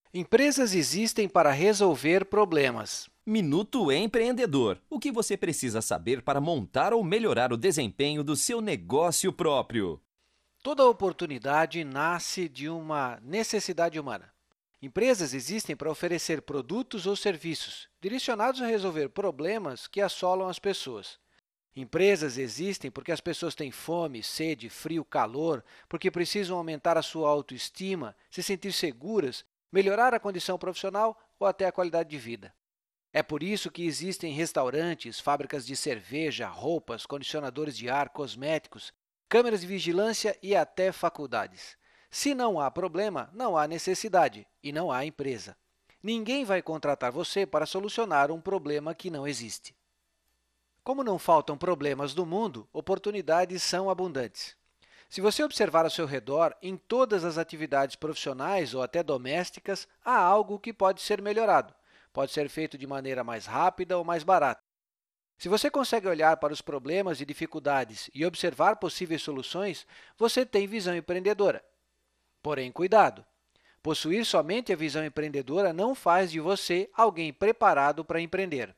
Empresas existem para resolver problemas. Minuto Empreendedor. O que você precisa saber para montar ou melhorar o desempenho do seu negócio próprio? Toda oportunidade nasce de uma necessidade humana. Empresas existem para oferecer produtos ou serviços direcionados a resolver problemas que assolam as pessoas. Empresas existem porque as pessoas têm fome, sede, frio, calor, porque precisam aumentar a sua autoestima, se sentir seguras, melhorar a condição profissional ou até a qualidade de vida. É por isso que existem restaurantes, fábricas de cerveja, roupas, condicionadores de ar, cosméticos, câmeras de vigilância e até faculdades. Se não há problema, não há necessidade e não há empresa. Ninguém vai contratar você para solucionar um problema que não existe. Como não faltam problemas no mundo, oportunidades são abundantes. Se você observar ao seu redor, em todas as atividades profissionais ou até domésticas, há algo que pode ser melhorado. Pode ser feito de maneira mais rápida ou mais barata. Se você consegue olhar para os problemas e dificuldades e observar possíveis soluções, você tem visão empreendedora. Porém, cuidado! Possuir somente a visão empreendedora não faz de você alguém preparado para empreender.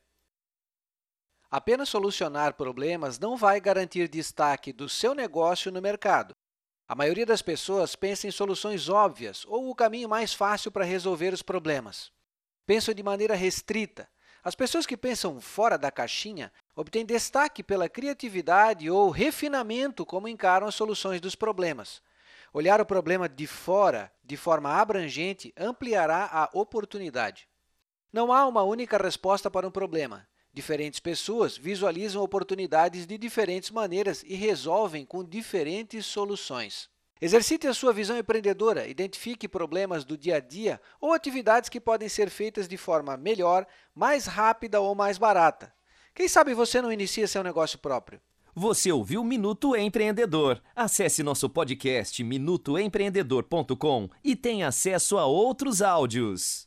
Apenas solucionar problemas não vai garantir destaque do seu negócio no mercado. A maioria das pessoas pensa em soluções óbvias ou o caminho mais fácil para resolver os problemas. Pensam de maneira restrita. As pessoas que pensam fora da caixinha obtêm destaque pela criatividade ou refinamento como encaram as soluções dos problemas. Olhar o problema de fora, de forma abrangente, ampliará a oportunidade. Não há uma única resposta para um problema. Diferentes pessoas visualizam oportunidades de diferentes maneiras e resolvem com diferentes soluções. Exercite a sua visão empreendedora, identifique problemas do dia a dia ou atividades que podem ser feitas de forma melhor, mais rápida ou mais barata. Quem sabe você não inicia seu negócio próprio? Você ouviu Minuto Empreendedor. Acesse nosso podcast minutoempreendedor.com e tenha acesso a outros áudios.